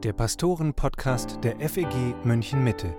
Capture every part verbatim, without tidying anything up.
der Pastoren-Podcast der F E G München Mitte.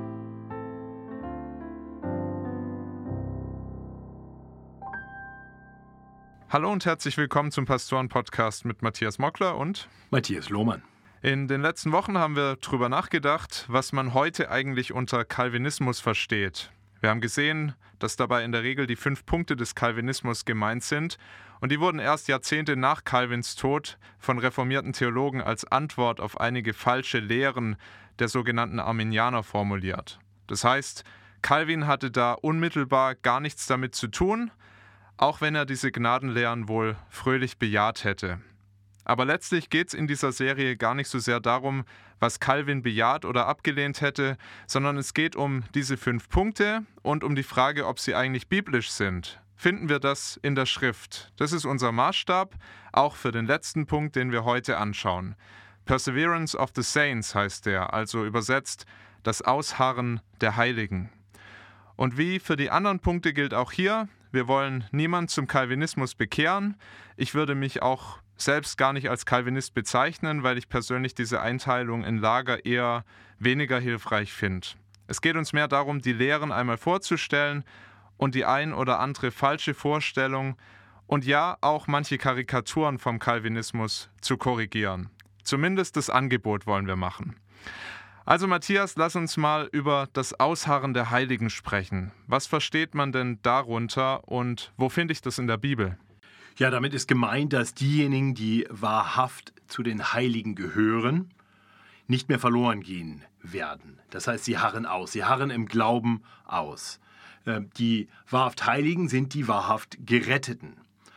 Hallo und herzlich willkommen zum Pastoren-Podcast mit Matthias Mockler und Matthias Lohmann. In den letzten Wochen haben wir darüber nachgedacht, was man heute eigentlich unter Calvinismus versteht. Wir haben gesehen, dass dabei in der Regel die fünf Punkte des Calvinismus gemeint sind und die wurden erst Jahrzehnte nach Calvins Tod von reformierten Theologen als Antwort auf einige falsche Lehren der sogenannten Arminianer formuliert. Das heißt, Calvin hatte da unmittelbar gar nichts damit zu tun, auch wenn er diese Gnadenlehren wohl fröhlich bejaht hätte. Aber letztlich geht es in dieser Serie gar nicht so sehr darum, was Calvin bejaht oder abgelehnt hätte, sondern es geht um diese fünf Punkte und um die Frage, ob sie eigentlich biblisch sind. Finden wir das in der Schrift? Das ist unser Maßstab, auch für den letzten Punkt, den wir heute anschauen. Perseverance of the Saints heißt der, also übersetzt das Ausharren der Heiligen. Und wie für die anderen Punkte gilt auch hier, wir wollen niemand zum Calvinismus bekehren. Ich würde mich auch selbst gar nicht als Calvinist bezeichnen, weil ich persönlich diese Einteilung in Lager eher weniger hilfreich finde. Es geht uns mehr darum, die Lehren einmal vorzustellen und die ein oder andere falsche Vorstellung und ja, auch manche Karikaturen vom Calvinismus zu korrigieren. Zumindest das Angebot wollen wir machen. Also Matthias, lass uns mal über das Ausharren der Heiligen sprechen. Was versteht man denn darunter und wo finde ich das in der Bibel? Ja, damit ist gemeint, dass diejenigen, die wahrhaft zu den Heiligen gehören, nicht mehr verloren gehen werden. Das heißt, sie harren aus, sie harren im Glauben aus. Die wahrhaft Heiligen sind die wahrhaft Geretteten.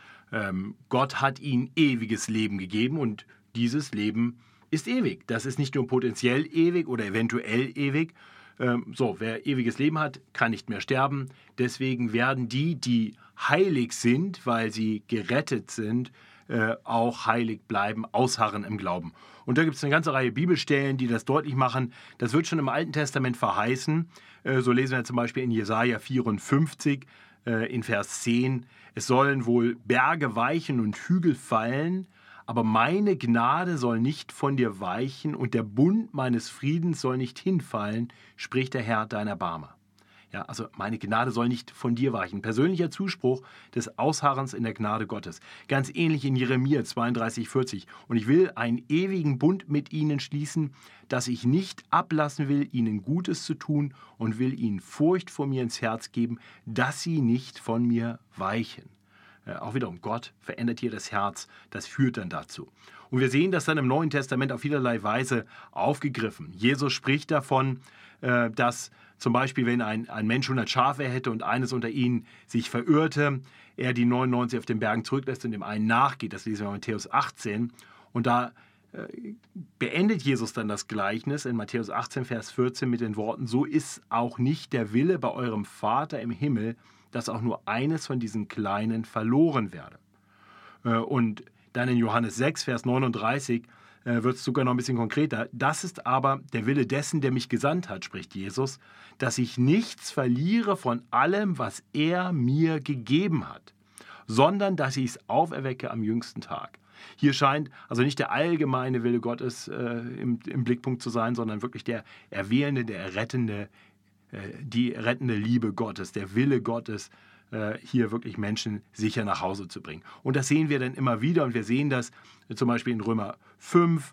Gott hat ihnen ewiges Leben gegeben und dieses Leben ist ewig. Das ist nicht nur potenziell ewig oder eventuell ewig. So, wer ewiges Leben hat, kann nicht mehr sterben. Deswegen werden die, die heilig sind, weil sie gerettet sind, auch heilig bleiben, ausharren im Glauben. Und da gibt es eine ganze Reihe Bibelstellen, die das deutlich machen. Das wird schon im Alten Testament verheißen. So lesen wir zum Beispiel in Jesaja vierundfünfzig in Vers zehn. Es sollen wohl Berge weichen und Hügel fallen, aber meine Gnade soll nicht von dir weichen und der Bund meines Friedens soll nicht hinfallen, spricht der Herr, dein Erbarmer. Ja, also meine Gnade soll nicht von dir weichen. Persönlicher Zuspruch des Ausharrens in der Gnade Gottes. Ganz ähnlich in Jeremia zweiunddreißig, vierzig. Und ich will einen ewigen Bund mit ihnen schließen, dass ich nicht ablassen will, ihnen Gutes zu tun und will ihnen Furcht vor mir ins Herz geben, dass sie nicht von mir weichen. Auch wiederum, Gott verändert hier das Herz, das führt dann dazu. Und wir sehen das dann im Neuen Testament auf vielerlei Weise aufgegriffen. Jesus spricht davon, dass zum Beispiel, wenn ein, ein Mensch hundert Schafe hätte und eines unter ihnen sich verirrte, er die neunundneunzig auf den Bergen zurücklässt und dem einen nachgeht. Das lesen wir in Matthäus achtzehn. Und da äh, beendet Jesus dann das Gleichnis in Matthäus achtzehn, Vers vierzehn mit den Worten: So ist auch nicht der Wille bei eurem Vater im Himmel, dass auch nur eines von diesen Kleinen verloren werde. Und dann in Johannes sechs, Vers neununddreißig wird es sogar noch ein bisschen konkreter. Das ist aber der Wille dessen, der mich gesandt hat, spricht Jesus, dass ich nichts verliere von allem, was er mir gegeben hat, sondern dass ich es auferwecke am jüngsten Tag. Hier scheint also nicht der allgemeine Wille Gottes äh, im, im Blickpunkt zu sein, sondern wirklich der erwählende, der errettende, die rettende Liebe Gottes, der Wille Gottes, hier wirklich Menschen sicher nach Hause zu bringen. Und das sehen wir dann immer wieder und wir sehen das zum Beispiel in Römer fünf,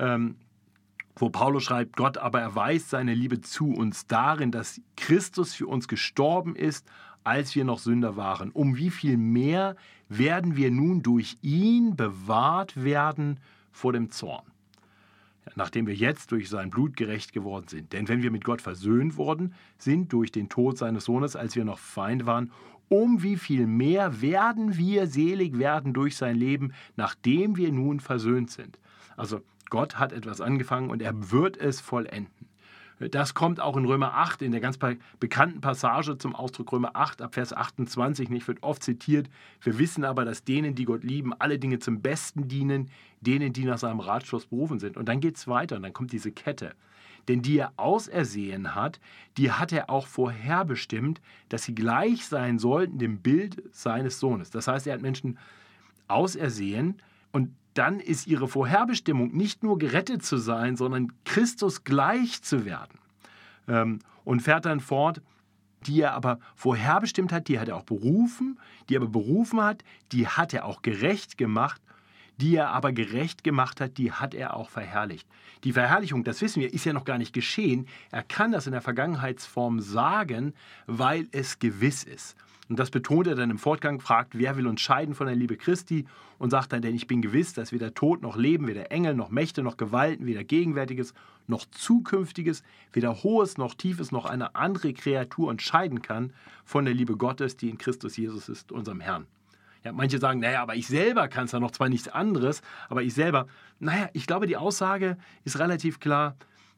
wo Paulus schreibt: Gott aber erweist seine Liebe zu uns darin, dass Christus für uns gestorben ist, als wir noch Sünder waren. Um wie viel mehr werden wir nun durch ihn bewahrt werden vor dem Zorn? Nachdem wir jetzt durch sein Blut gerecht geworden sind. Denn wenn wir mit Gott versöhnt worden sind durch den Tod seines Sohnes, als wir noch Feind waren, um wie viel mehr werden wir selig werden durch sein Leben, nachdem wir nun versöhnt sind. Also Gott hat etwas angefangen und er wird es vollenden. Das kommt auch in Römer acht, in der ganz bekannten Passage zum Ausdruck. Römer acht, ab Vers achtundzwanzig, nicht, wird oft zitiert. Wir wissen aber, dass denen, die Gott lieben, alle Dinge zum Besten dienen, denen, die nach seinem Ratschluss berufen sind. Und dann geht es weiter und dann kommt diese Kette. Denn die er ausersehen hat, die hat er auch vorherbestimmt, dass sie gleich sein sollten dem Bild seines Sohnes. Das heißt, er hat Menschen ausersehen und dann ist ihre Vorherbestimmung nicht nur gerettet zu sein, sondern Christus gleich zu werden. Ähm, und fährt dann fort, die er aber vorherbestimmt hat, die hat er auch berufen, die er aber berufen hat, die hat er auch gerecht gemacht, die er aber gerecht gemacht hat, die hat er auch verherrlicht. Die Verherrlichung, das wissen wir, ist ja noch gar nicht geschehen. Er kann das in der Vergangenheitsform sagen, weil es gewiss ist. Und das betont er dann im Fortgang, fragt, wer will uns scheiden von der Liebe Christi? Und sagt dann, denn ich bin gewiss, dass weder Tod noch Leben, weder Engel noch Mächte noch Gewalten, weder Gegenwärtiges noch Zukünftiges, weder Hohes noch Tiefes noch eine andere Kreatur uns scheiden kann von der Liebe Gottes, die in Christus Jesus ist, unserem Herrn. Ja, manche sagen, naja, aber ich selber kann es ja noch, zwar nichts anderes, aber ich selber, naja, ich glaube, die Aussage ist relativ klar,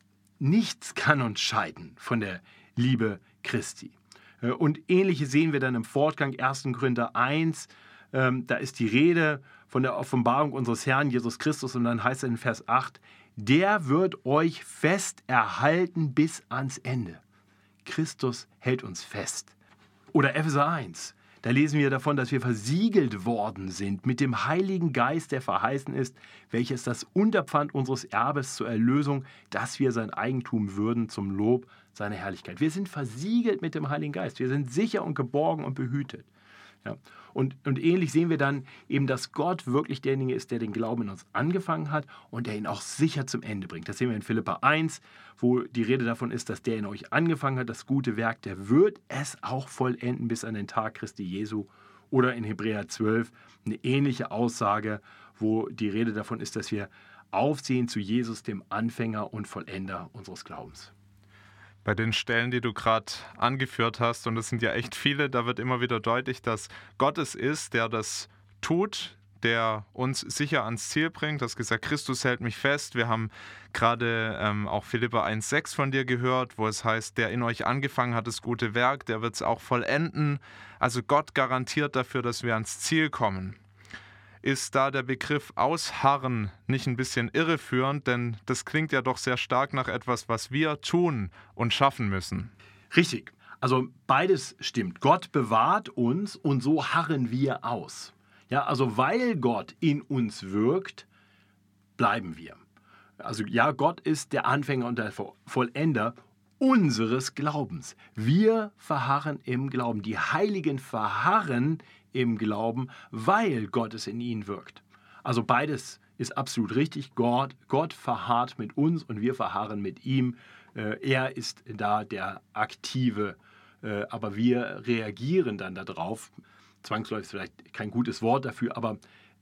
nichts kann uns scheiden von der Liebe Christi. Und Ähnliches sehen wir dann im Fortgang, erster Korinther eins, ähm, da ist die Rede von der Offenbarung unseres Herrn Jesus Christus und dann heißt es in Vers acht, der wird euch fest erhalten bis ans Ende. Christus hält uns fest. Oder Epheser eins, da lesen wir davon, dass wir versiegelt worden sind mit dem Heiligen Geist, der verheißen ist, welches das Unterpfand unseres Erbes zur Erlösung, dass wir sein Eigentum würden zum Lob seiner Herrlichkeit. Wir sind versiegelt mit dem Heiligen Geist. Wir sind sicher und geborgen und behütet. Ja. Und, und ähnlich sehen wir dann eben, dass Gott wirklich derjenige ist, der den Glauben in uns angefangen hat und der ihn auch sicher zum Ende bringt. Das sehen wir in Philipper eins, wo die Rede davon ist, dass der in euch angefangen hat, das gute Werk, der wird es auch vollenden bis an den Tag Christi Jesu. Oder in Hebräer zwölf eine ähnliche Aussage, wo die Rede davon ist, dass wir aufsehen zu Jesus, dem Anfänger und Vollender unseres Glaubens. Bei den Stellen, die du gerade angeführt hast, und es sind ja echt viele, da wird immer wieder deutlich, dass Gott es ist, der das tut, der uns sicher ans Ziel bringt. Du hast gesagt, Christus hält mich fest. Wir haben gerade ähm, auch Philipper eins sechs von dir gehört, wo es heißt, der in euch angefangen hat, das gute Werk, der wird es auch vollenden. Also Gott garantiert dafür, dass wir ans Ziel kommen. Ist da der Begriff Ausharren nicht ein bisschen irreführend? Denn das klingt ja doch sehr stark nach etwas, was wir tun und schaffen müssen. Richtig. Also beides stimmt. Gott bewahrt uns und so harren wir aus. Ja, also weil Gott in uns wirkt, bleiben wir. Also ja, Gott ist der Anfänger und der Vollender unseres Glaubens. Wir verharren im Glauben. Die Heiligen verharren im Glauben, weil Gott es in ihnen wirkt. Also beides ist absolut richtig. Gott, Gott verharrt mit uns und wir verharren mit ihm. Er ist da der Aktive, aber wir reagieren dann darauf. Zwangsläufig ist vielleicht kein gutes Wort dafür, aber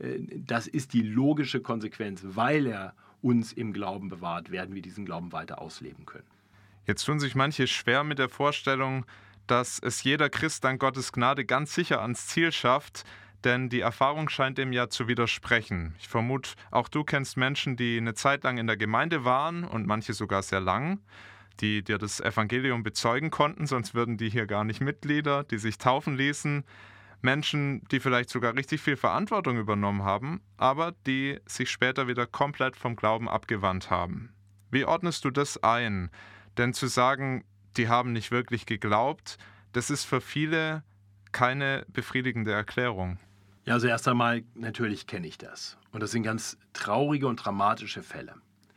das ist die logische Konsequenz. Weil er uns im Glauben bewahrt, werden wir diesen Glauben weiter ausleben können. Jetzt tun sich manche schwer mit der Vorstellung, dass es jeder Christ dank Gottes Gnade ganz sicher ans Ziel schafft, denn die Erfahrung scheint dem ja zu widersprechen. Ich vermute, auch du kennst Menschen, die eine Zeit lang in der Gemeinde waren und manche sogar sehr lang, die dir das Evangelium bezeugen konnten, sonst würden die hier gar nicht Mitglieder, die sich taufen ließen. Menschen, die vielleicht sogar richtig viel Verantwortung übernommen haben, aber die sich später wieder komplett vom Glauben abgewandt haben. Wie ordnest du das ein? Denn zu sagen, die haben nicht wirklich geglaubt, das ist für viele keine befriedigende Erklärung. Ja, also erst einmal, natürlich kenne ich das. Und das sind ganz traurige und dramatische Fälle.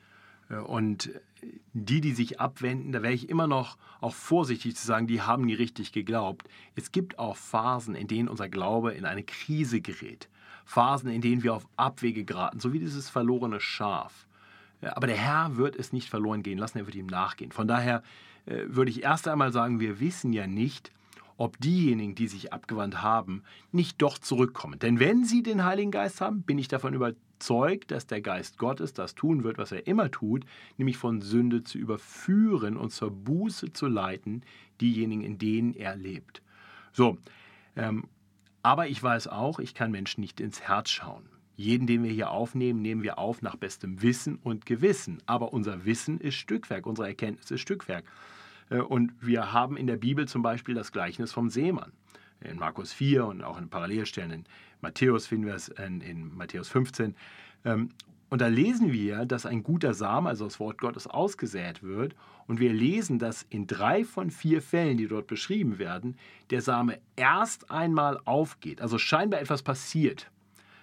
Und die, die sich abwenden, da wäre ich immer noch auch vorsichtig zu sagen, die haben nie richtig geglaubt. Es gibt auch Phasen, in denen unser Glaube in eine Krise gerät. Phasen, in denen wir auf Abwege geraten, so wie dieses verlorene Schaf. Aber der Herr wird es nicht verloren gehen lassen, er wird ihm nachgehen. Von daher äh, würde ich erst einmal sagen, wir wissen ja nicht, ob diejenigen, die sich abgewandt haben, nicht doch zurückkommen. Denn wenn sie den Heiligen Geist haben, bin ich davon überzeugt, dass der Geist Gottes das tun wird, was er immer tut, nämlich von Sünde zu überführen und zur Buße zu leiten, diejenigen, in denen er lebt. So, ähm, aber ich weiß auch, ich kann Menschen nicht ins Herz schauen. Jeden, den wir hier aufnehmen, nehmen wir auf nach bestem Wissen und Gewissen. Aber unser Wissen ist Stückwerk, unsere Erkenntnis ist Stückwerk. Und wir haben in der Bibel zum Beispiel das Gleichnis vom Seemann. In Markus vier und auch in Parallelstellen in Matthäus finden wir es in, in Matthäus fünfzehn. Und da lesen wir, dass ein guter Same, also das Wort Gottes, ausgesät wird. Und wir lesen, dass in drei von vier Fällen, die dort beschrieben werden, der Same erst einmal aufgeht. Also scheinbar etwas passiert.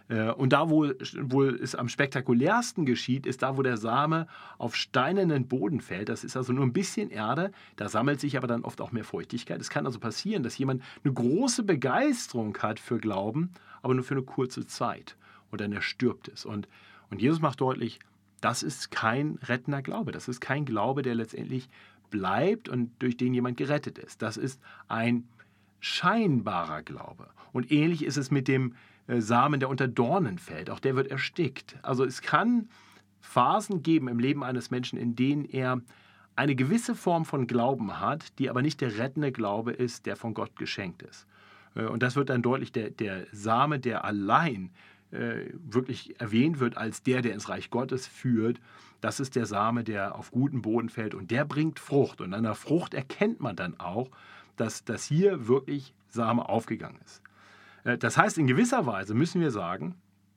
Und da, wo, wo es am spektakulärsten geschieht, ist da, wo der Same auf steinernen Boden fällt. Das ist also nur ein bisschen Erde, da sammelt sich aber dann oft auch mehr Feuchtigkeit. Es kann also passieren, dass jemand eine große Begeisterung hat für Glauben, aber nur für eine kurze Zeit. Und dann erstirbt es. Und, und Jesus macht deutlich, das ist kein rettender Glaube. Das ist kein Glaube, der letztendlich bleibt und durch den jemand gerettet ist. Das ist ein scheinbarer Glaube. Und ähnlich ist es mit dem Samen, der unter Dornen fällt. Auch der wird erstickt. Also es kann Phasen geben im Leben eines Menschen, in denen er eine gewisse Form von Glauben hat, die aber nicht der rettende Glaube ist, der von Gott geschenkt ist. Und das wird dann deutlich, der, der Same, der allein äh, wirklich erwähnt wird als der, der ins Reich Gottes führt, das ist der Same, der auf guten Boden fällt und der bringt Frucht. Und an der Frucht erkennt man dann auch, dass, dass hier wirklich Same aufgegangen ist. Das heißt, in gewisser Weise müssen wir sagen,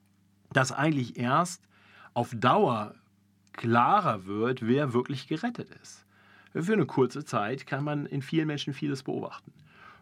dass eigentlich erst auf Dauer klarer wird, wer wirklich gerettet ist. Für eine kurze Zeit kann man in vielen Menschen vieles beobachten.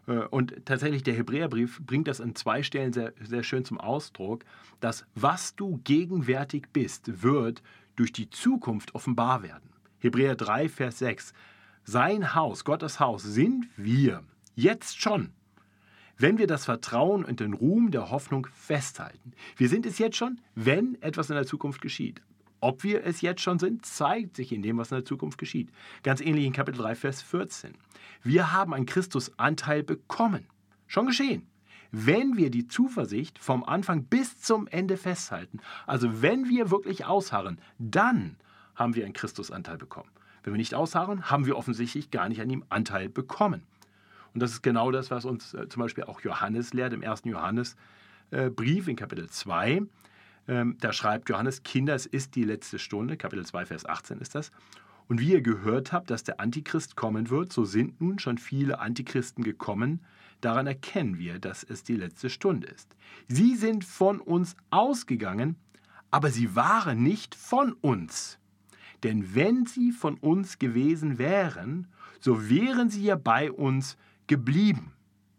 Und tatsächlich, der Hebräerbrief bringt das an zwei Stellen sehr, sehr schön zum Ausdruck, dass was du gegenwärtig bist, wird durch die Zukunft offenbar werden. Hebräer drei, Vers sechs. Sein Haus, Gottes Haus, sind wir jetzt schon, wenn wir das Vertrauen und den Ruhm der Hoffnung festhalten. Wir sind es jetzt schon, wenn etwas in der Zukunft geschieht. Ob wir es jetzt schon sind, zeigt sich in dem, was in der Zukunft geschieht. Ganz ähnlich in Kapitel drei, Vers vierzehn. Wir haben an Christus Anteil bekommen. Schon geschehen. Wenn wir die Zuversicht vom Anfang bis zum Ende festhalten, also wenn wir wirklich ausharren, dann haben wir an Christus Anteil bekommen. Wenn wir nicht ausharren, haben wir offensichtlich gar nicht an ihm Anteil bekommen. Und das ist genau das, was uns äh, zum Beispiel auch Johannes lehrt im ersten Johannesbrief in Kapitel zwei. Ähm, da schreibt Johannes, Kinder, es ist die letzte Stunde, Kapitel zwei, Vers achtzehn ist das. Und wie ihr gehört habt, dass der Antichrist kommen wird, so sind nun schon viele Antichristen gekommen. Daran erkennen wir, dass es die letzte Stunde ist. Sie sind von uns ausgegangen, aber sie waren nicht von uns. Denn wenn sie von uns gewesen wären, so wären sie ja bei uns geblieben.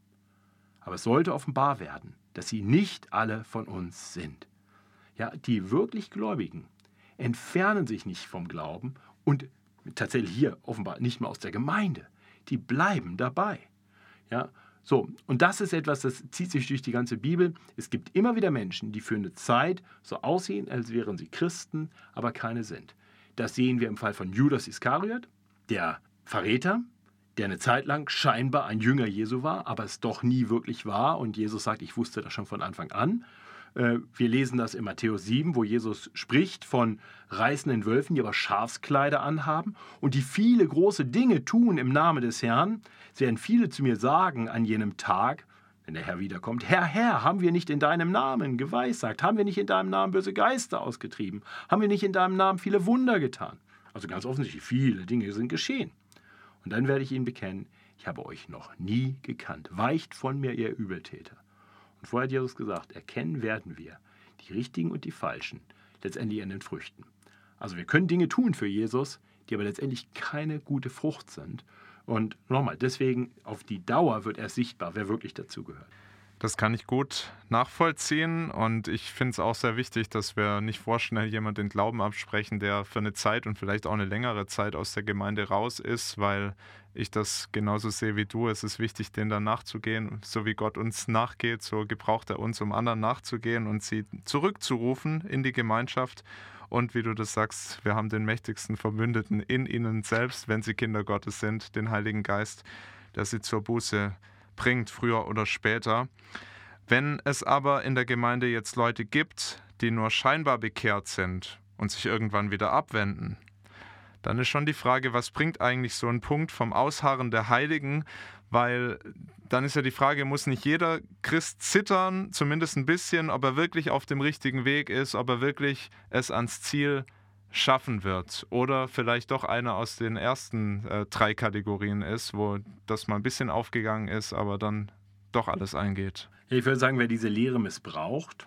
Aber es sollte offenbar werden, dass sie nicht alle von uns sind. Ja, die wirklich Gläubigen entfernen sich nicht vom Glauben und tatsächlich hier offenbar nicht mehr aus der Gemeinde. Die bleiben dabei. Ja, so, und das ist etwas, das zieht sich durch die ganze Bibel. Es gibt immer wieder Menschen, die für eine Zeit so aussehen, als wären sie Christen, aber keine sind. Das sehen wir im Fall von Judas Iskariot, der Verräter, der eine Zeit lang scheinbar ein Jünger Jesu war, aber es doch nie wirklich war. Und Jesus sagt, ich wusste das schon von Anfang an. Wir lesen das in Matthäus sieben, wo Jesus spricht von reißenden Wölfen, die aber Schafskleider anhaben und die viele große Dinge tun im Namen des Herrn. Es werden viele zu mir sagen an jenem Tag, wenn der Herr wiederkommt, Herr, Herr, haben wir nicht in deinem Namen geweissagt? Haben wir nicht in deinem Namen böse Geister ausgetrieben? Haben wir nicht in deinem Namen viele Wunder getan? Also ganz offensichtlich, viele Dinge sind geschehen. Und dann werde ich ihnen bekennen, ich habe euch noch nie gekannt. Weicht von mir, ihr Übeltäter. Und vorher hat Jesus gesagt, erkennen werden wir die Richtigen und die Falschen, letztendlich an den Früchten. Also wir können Dinge tun für Jesus, die aber letztendlich keine gute Frucht sind. Und nochmal, deswegen auf die Dauer wird erst sichtbar, wer wirklich dazugehört. Das kann ich gut nachvollziehen und ich finde es auch sehr wichtig, dass wir nicht vorschnell jemand den Glauben absprechen, der für eine Zeit und vielleicht auch eine längere Zeit aus der Gemeinde raus ist, weil ich das genauso sehe wie du. Es ist wichtig, denen dann nachzugehen. So wie Gott uns nachgeht, so gebraucht er uns, um anderen nachzugehen und sie zurückzurufen in die Gemeinschaft. Und wie du das sagst, wir haben den mächtigsten Verbündeten in ihnen selbst, wenn sie Kinder Gottes sind, den Heiligen Geist, der sie zur Buße bringt, früher oder später. Wenn es aber in der Gemeinde jetzt Leute gibt, die nur scheinbar bekehrt sind und sich irgendwann wieder abwenden, dann ist schon die Frage, was bringt eigentlich so ein Punkt vom Ausharren der Heiligen? Weil dann ist ja die Frage, muss nicht jeder Christ zittern, zumindest ein bisschen, ob er wirklich auf dem richtigen Weg ist, ob er wirklich es ans Ziel schaffen wird. Oder vielleicht doch einer aus den ersten äh, drei Kategorien ist, wo das mal ein bisschen aufgegangen ist, aber dann doch alles eingeht. Ich würde sagen, wer diese Lehre missbraucht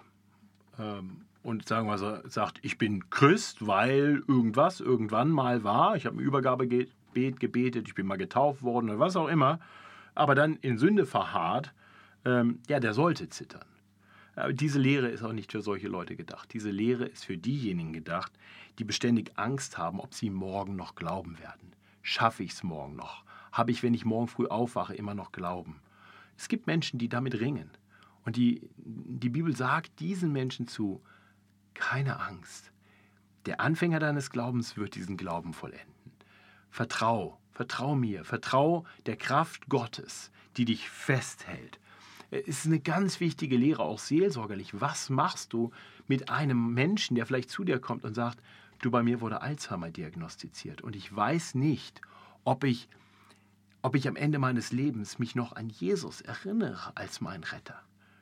ähm, und sagen wir so, sagt, ich bin Christ, weil irgendwas irgendwann mal war, ich habe ein Übergabegebet gebetet, ich bin mal getauft worden oder was auch immer, aber dann in Sünde verharrt, ähm, ja, der sollte zittern. Aber diese Lehre ist auch nicht für solche Leute gedacht. Diese Lehre ist für diejenigen gedacht, die beständig Angst haben, ob sie morgen noch glauben werden. Schaffe ich es morgen noch? Habe ich, wenn ich morgen früh aufwache, immer noch Glauben? Es gibt Menschen, die damit ringen. Und die, die Bibel sagt diesen Menschen zu, keine Angst. Der Anfänger deines Glaubens wird diesen Glauben vollenden. Vertrau, vertrau mir, vertrau der Kraft Gottes, die dich festhält. Es ist eine ganz wichtige Lehre, auch seelsorgerlich. Was machst du mit einem Menschen, der vielleicht zu dir kommt und sagt, du, bei mir wurde Alzheimer diagnostiziert und ich weiß nicht, ob ich, ob ich am Ende meines Lebens mich noch an Jesus erinnere als meinen Retter.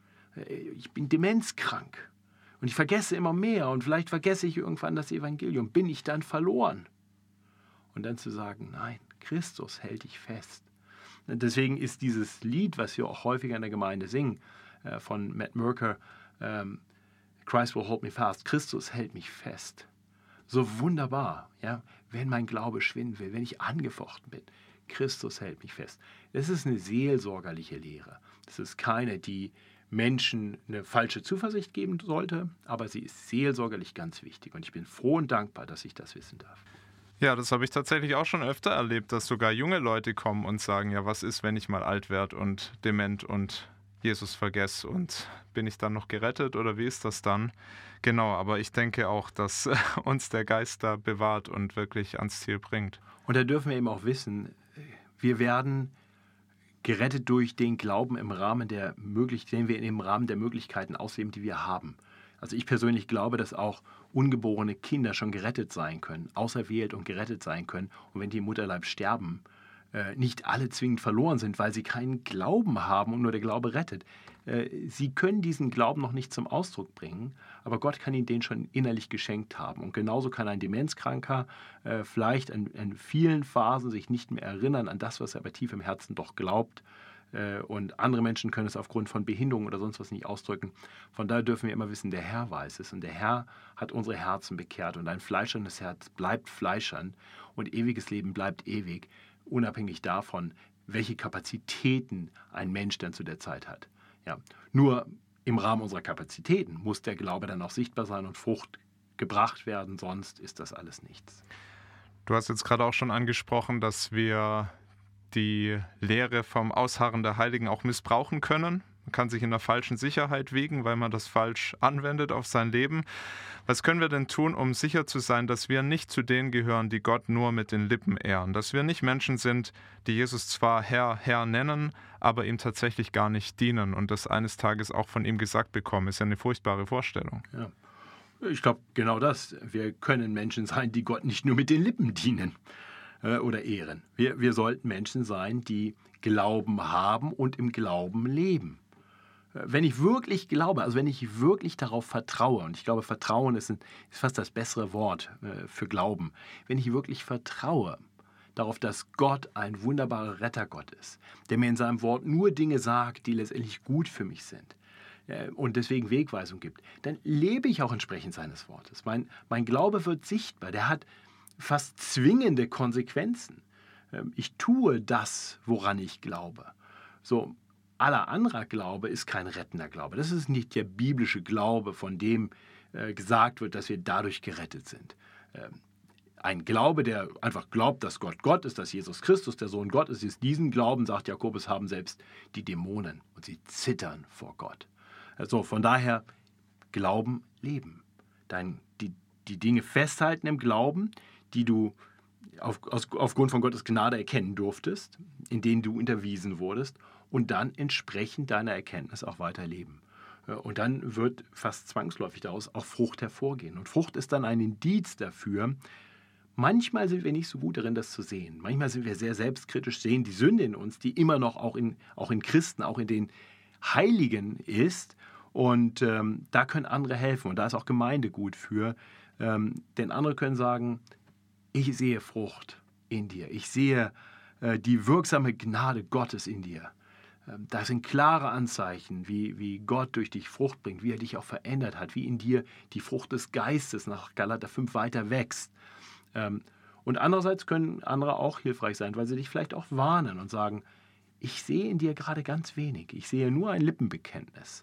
Ich bin demenzkrank und ich vergesse immer mehr und vielleicht vergesse ich irgendwann das Evangelium. Bin ich dann verloren? Und dann zu sagen, nein, Christus hält dich fest. Deswegen ist dieses Lied, was wir auch häufiger in der Gemeinde singen, äh, von Matt Merker, ähm, Christ will hold me fast, Christus hält mich fest. So wunderbar, ja, wenn mein Glaube schwinden will, wenn ich angefochten bin, Christus hält mich fest. Das ist eine seelsorgerliche Lehre. Das ist keine, die Menschen eine falsche Zuversicht geben sollte, aber sie ist seelsorgerlich ganz wichtig. Und ich bin froh und dankbar, dass ich das wissen darf. Ja, das habe ich tatsächlich auch schon öfter erlebt, dass sogar junge Leute kommen und sagen, ja, was ist, wenn ich mal alt werde und dement und Jesus vergesse und bin ich dann noch gerettet oder wie ist das dann? Genau, aber ich denke auch, dass uns der Geist da bewahrt und wirklich ans Ziel bringt. Und da dürfen wir eben auch wissen, wir werden gerettet durch den Glauben im Rahmen der Möglich- den wir im Rahmen der Möglichkeiten ausleben, die wir haben. Also ich persönlich glaube, dass auch ungeborene Kinder schon gerettet sein können, auserwählt und gerettet sein können. Und wenn die im Mutterleib sterben, äh, nicht alle zwingend verloren sind, weil sie keinen Glauben haben und nur der Glaube rettet. Äh, sie können diesen Glauben noch nicht zum Ausdruck bringen, aber Gott kann ihnen den schon innerlich geschenkt haben. Und genauso kann ein Demenzkranker äh, vielleicht in, in vielen Phasen sich nicht mehr erinnern an das, was er aber tief im Herzen doch glaubt. Und andere Menschen können es aufgrund von Behinderung oder sonst was nicht ausdrücken. Von daher dürfen wir immer wissen, der Herr weiß es. Und der Herr hat unsere Herzen bekehrt. Und ein fleischernes Herz bleibt fleischern und ewiges Leben bleibt ewig, unabhängig davon, welche Kapazitäten ein Mensch dann zu der Zeit hat. Ja. Nur im Rahmen unserer Kapazitäten muss der Glaube dann auch sichtbar sein und Frucht gebracht werden, sonst ist das alles nichts. Du hast jetzt gerade auch schon angesprochen, dass wir die Lehre vom Ausharren der Heiligen auch missbrauchen können. Man kann sich in der falschen Sicherheit wiegen, weil man das falsch anwendet auf sein Leben. Was können wir denn tun, um sicher zu sein, dass wir nicht zu denen gehören, die Gott nur mit den Lippen ehren? Dass wir nicht Menschen sind, die Jesus zwar Herr, Herr nennen, aber ihm tatsächlich gar nicht dienen und das eines Tages auch von ihm gesagt bekommen. Ist ja eine furchtbare Vorstellung. Ja. Ich glaube, genau das. Wir können Menschen sein, die Gott nicht nur mit den Lippen dienen oder ehren. Wir, wir sollten Menschen sein, die Glauben haben und im Glauben leben. Wenn ich wirklich glaube, also wenn ich wirklich darauf vertraue, und ich glaube, Vertrauen ist, ein, ist fast das bessere Wort äh, für Glauben, wenn ich wirklich vertraue darauf, dass Gott ein wunderbarer Rettergott ist, der mir in seinem Wort nur Dinge sagt, die letztendlich gut für mich sind äh, und deswegen Wegweisung gibt, dann lebe ich auch entsprechend seines Wortes. Mein, mein Glaube wird sichtbar, der hat fast zwingende Konsequenzen. Ich tue das, woran ich glaube. So, aller anderer Glaube ist kein rettender Glaube. Das ist nicht der biblische Glaube, von dem äh, gesagt wird, dass wir dadurch gerettet sind. Ähm, ein Glaube, der einfach glaubt, dass Gott Gott ist, dass Jesus Christus der Sohn Gottes ist, diesen Glauben, sagt Jakobus, haben selbst die Dämonen und sie zittern vor Gott. Also von daher, Glauben, Leben. Dein, die, die Dinge festhalten im Glauben, die du auf, aus, aufgrund von Gottes Gnade erkennen durftest, in denen du unterwiesen wurdest und dann entsprechend deiner Erkenntnis auch weiterleben. Und dann wird fast zwangsläufig daraus auch Frucht hervorgehen. Und Frucht ist dann ein Indiz dafür. Manchmal sind wir nicht so gut darin, das zu sehen. Manchmal sind wir sehr selbstkritisch, sehen die Sünde in uns, die immer noch auch in, auch in Christen, auch in den Heiligen ist. Und ähm, da können andere helfen. Und da ist auch Gemeinde gut für. Ähm, denn andere können sagen, ich sehe Frucht in dir. Ich sehe äh, die wirksame Gnade Gottes in dir. Ähm, das sind klare Anzeichen, wie, wie Gott durch dich Frucht bringt, wie er dich auch verändert hat, wie in dir die Frucht des Geistes nach Galater fünf weiter wächst. Ähm, und andererseits können andere auch hilfreich sein, weil sie dich vielleicht auch warnen und sagen, ich sehe in dir gerade ganz wenig. Ich sehe nur ein Lippenbekenntnis.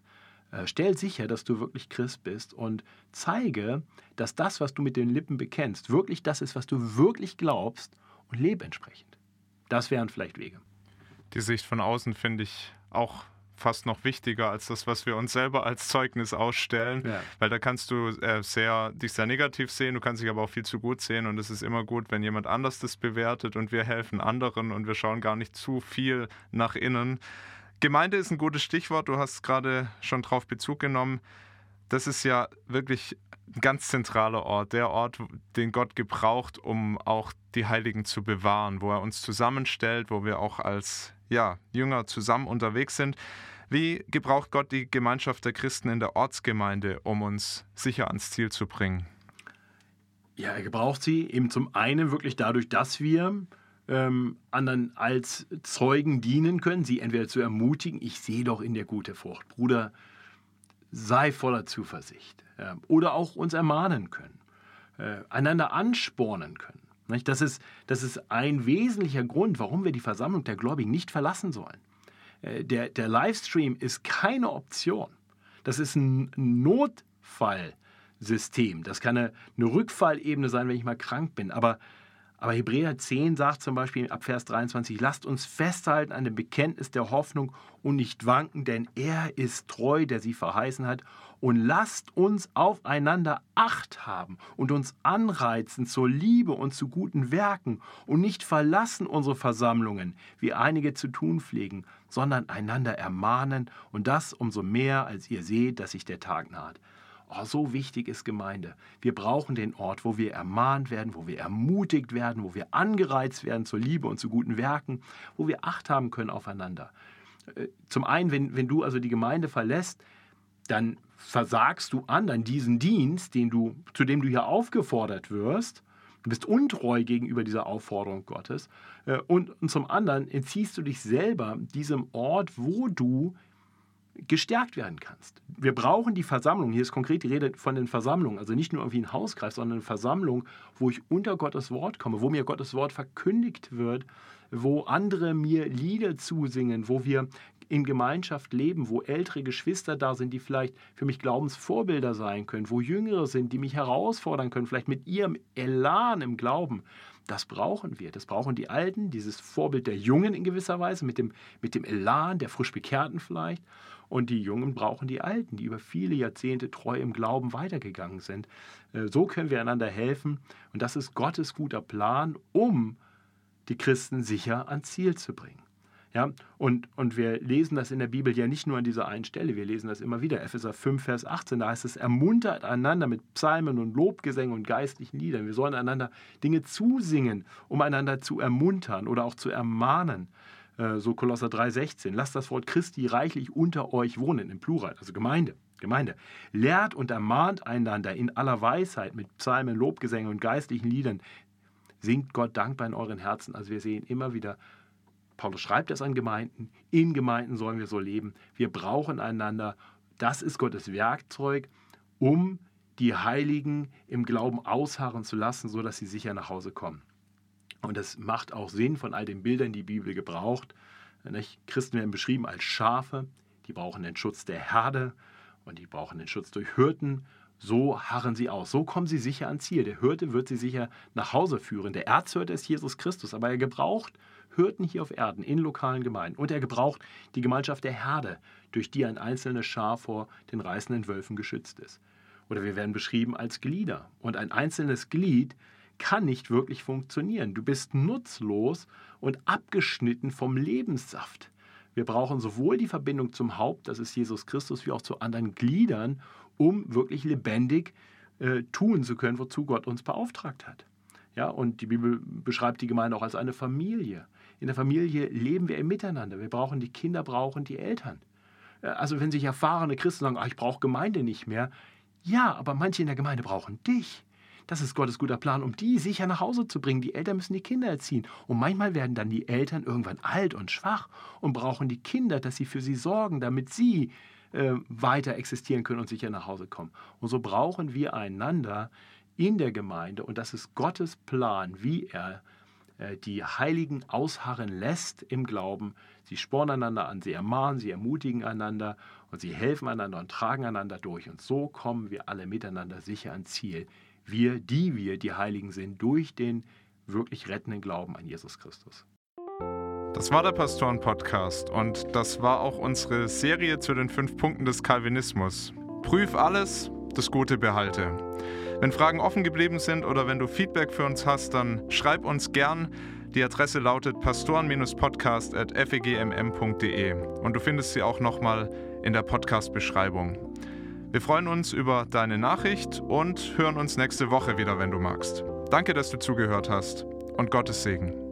Äh, stell sicher, dass du wirklich Christ bist und zeige, dass das, was du mit den Lippen bekennst, wirklich das ist, was du wirklich glaubst und lebe entsprechend. Das wären vielleicht Wege. Die Sicht von außen finde ich auch fast noch wichtiger als das, was wir uns selber als Zeugnis ausstellen, Ja. weil da kannst du äh, sehr, dich sehr negativ sehen, du kannst dich aber auch viel zu gut sehen und es ist immer gut, wenn jemand anders das bewertet und wir helfen anderen und wir schauen gar nicht zu viel nach innen. Gemeinde ist ein gutes Stichwort, du hast gerade schon drauf Bezug genommen. Das ist ja wirklich ein ganz zentraler Ort, der Ort, den Gott gebraucht, um auch die Heiligen zu bewahren, wo er uns zusammenstellt, wo wir auch als ja, Jünger zusammen unterwegs sind. Wie gebraucht Gott die Gemeinschaft der Christen in der Ortsgemeinde, um uns sicher ans Ziel zu bringen? Ja, er gebraucht sie eben zum einen wirklich dadurch, dass wir ähm, anderen als Zeugen dienen können, sie entweder zu ermutigen, ich sehe doch in dir gute Frucht, Bruder, sei voller Zuversicht. Ja, oder auch uns ermahnen können, äh, einander anspornen können. Nicht? Das ist, das ist ein wesentlicher Grund, warum wir die Versammlung der Gläubigen nicht verlassen sollen. Äh, der, der Livestream ist keine Option. Das ist ein Notfallsystem. Das kann eine, eine Rückfallebene sein, wenn ich mal krank bin. Aber, aber Hebräer zehn sagt zum Beispiel ab Vers dreiundzwanzig, lasst uns festhalten an dem Bekenntnis der Hoffnung und nicht wanken, denn er ist treu, der sie verheißen hat. Und lasst uns aufeinander Acht haben und uns anreizen zur Liebe und zu guten Werken und nicht verlassen unsere Versammlungen, wie einige zu tun pflegen, sondern einander ermahnen und das umso mehr, als ihr seht, dass sich der Tag naht. Oh, so wichtig ist Gemeinde. Wir brauchen den Ort, wo wir ermahnt werden, wo wir ermutigt werden, wo wir angereizt werden zur Liebe und zu guten Werken, wo wir Acht haben können aufeinander. Zum einen, wenn, wenn du also die Gemeinde verlässt, dann versagst du anderen diesen Dienst, den du, zu dem du hier aufgefordert wirst. Du bist untreu gegenüber dieser Aufforderung Gottes. Und, und zum anderen entziehst du dich selber diesem Ort, wo du gestärkt werden kannst. Wir brauchen die Versammlung. Hier ist konkret die Rede von den Versammlungen. Also nicht nur irgendwie ein Hauskreis, sondern eine Versammlung, wo ich unter Gottes Wort komme, wo mir Gottes Wort verkündigt wird, wo andere mir Lieder zusingen, wo wir in Gemeinschaft leben, wo ältere Geschwister da sind, die vielleicht für mich Glaubensvorbilder sein können, wo Jüngere sind, die mich herausfordern können, vielleicht mit ihrem Elan im Glauben. Das brauchen wir. Das brauchen die Alten, dieses Vorbild der Jungen in gewisser Weise, mit dem, mit dem Elan der frisch Bekehrten vielleicht. Und die Jungen brauchen die Alten, die über viele Jahrzehnte treu im Glauben weitergegangen sind. So können wir einander helfen. Und das ist Gottes guter Plan, um die Christen sicher ans Ziel zu bringen. Ja, und, und wir lesen das in der Bibel ja nicht nur an dieser einen Stelle, wir lesen das immer wieder. Epheser fünf, Vers achtzehn, da heißt es, ermuntert einander mit Psalmen und Lobgesängen und geistlichen Liedern. Wir sollen einander Dinge zusingen, um einander zu ermuntern oder auch zu ermahnen. So Kolosser drei, sechzehn. Lasst das Wort Christi reichlich unter euch wohnen, im Plural, also Gemeinde. Gemeinde. Lehrt und ermahnt einander in aller Weisheit mit Psalmen, Lobgesängen und geistlichen Liedern. Singt Gott dankbar in euren Herzen. Also wir sehen immer wieder, Paulus schreibt das an Gemeinden, in Gemeinden sollen wir so leben. Wir brauchen einander. Das ist Gottes Werkzeug, um die Heiligen im Glauben ausharren zu lassen, sodass sie sicher nach Hause kommen. Und das macht auch Sinn von all den Bildern, die die Bibel gebraucht. Christen werden beschrieben als Schafe, die brauchen den Schutz der Herde und die brauchen den Schutz durch Hirten. So harren sie aus, so kommen sie sicher ans Ziel. Der Hirte wird sie sicher nach Hause führen. Der Erzhirte ist Jesus Christus, aber er gebraucht Hirten hier auf Erden, in lokalen Gemeinden. Und er gebraucht die Gemeinschaft der Herde, durch die ein einzelnes Schaf vor den reißenden Wölfen geschützt ist. Oder wir werden beschrieben als Glieder. Und ein einzelnes Glied kann nicht wirklich funktionieren. Du bist nutzlos und abgeschnitten vom Lebenssaft. Wir brauchen sowohl die Verbindung zum Haupt, das ist Jesus Christus, wie auch zu anderen Gliedern, um wirklich lebendig äh, tun zu können, wozu Gott uns beauftragt hat. Ja, und die Bibel beschreibt die Gemeinde auch als eine Familie. In der Familie leben wir im Miteinander. Wir brauchen die Kinder, brauchen die Eltern. Also wenn sich erfahrene Christen sagen, ach, ich brauche Gemeinde nicht mehr. Ja, aber manche in der Gemeinde brauchen dich. Das ist Gottes guter Plan, um die sicher nach Hause zu bringen. Die Eltern müssen die Kinder erziehen. Und manchmal werden dann die Eltern irgendwann alt und schwach und brauchen die Kinder, dass sie für sie sorgen, damit sie äh, weiter existieren können und sicher nach Hause kommen. Und so brauchen wir einander in der Gemeinde. Und das ist Gottes Plan, wie er äh, die Heiligen ausharren lässt im Glauben. Sie spornen einander an, sie ermahnen, sie ermutigen einander und sie helfen einander und tragen einander durch. Und so kommen wir alle miteinander sicher ans Ziel. Wir, die wir die Heiligen sind, durch den wirklich rettenden Glauben an Jesus Christus. Das war der Pastoren-Podcast und das war auch unsere Serie zu den fünf Punkten des Calvinismus. Prüf alles, das Gute behalte. Wenn Fragen offen geblieben sind oder wenn du Feedback für uns hast, dann schreib uns gern. Die Adresse lautet pastoren Podcast at f e g m m punkt d e und du findest sie auch nochmal in der Podcast-Beschreibung. Wir freuen uns über deine Nachricht und hören uns nächste Woche wieder, wenn du magst. Danke, dass du zugehört hast und Gottes Segen.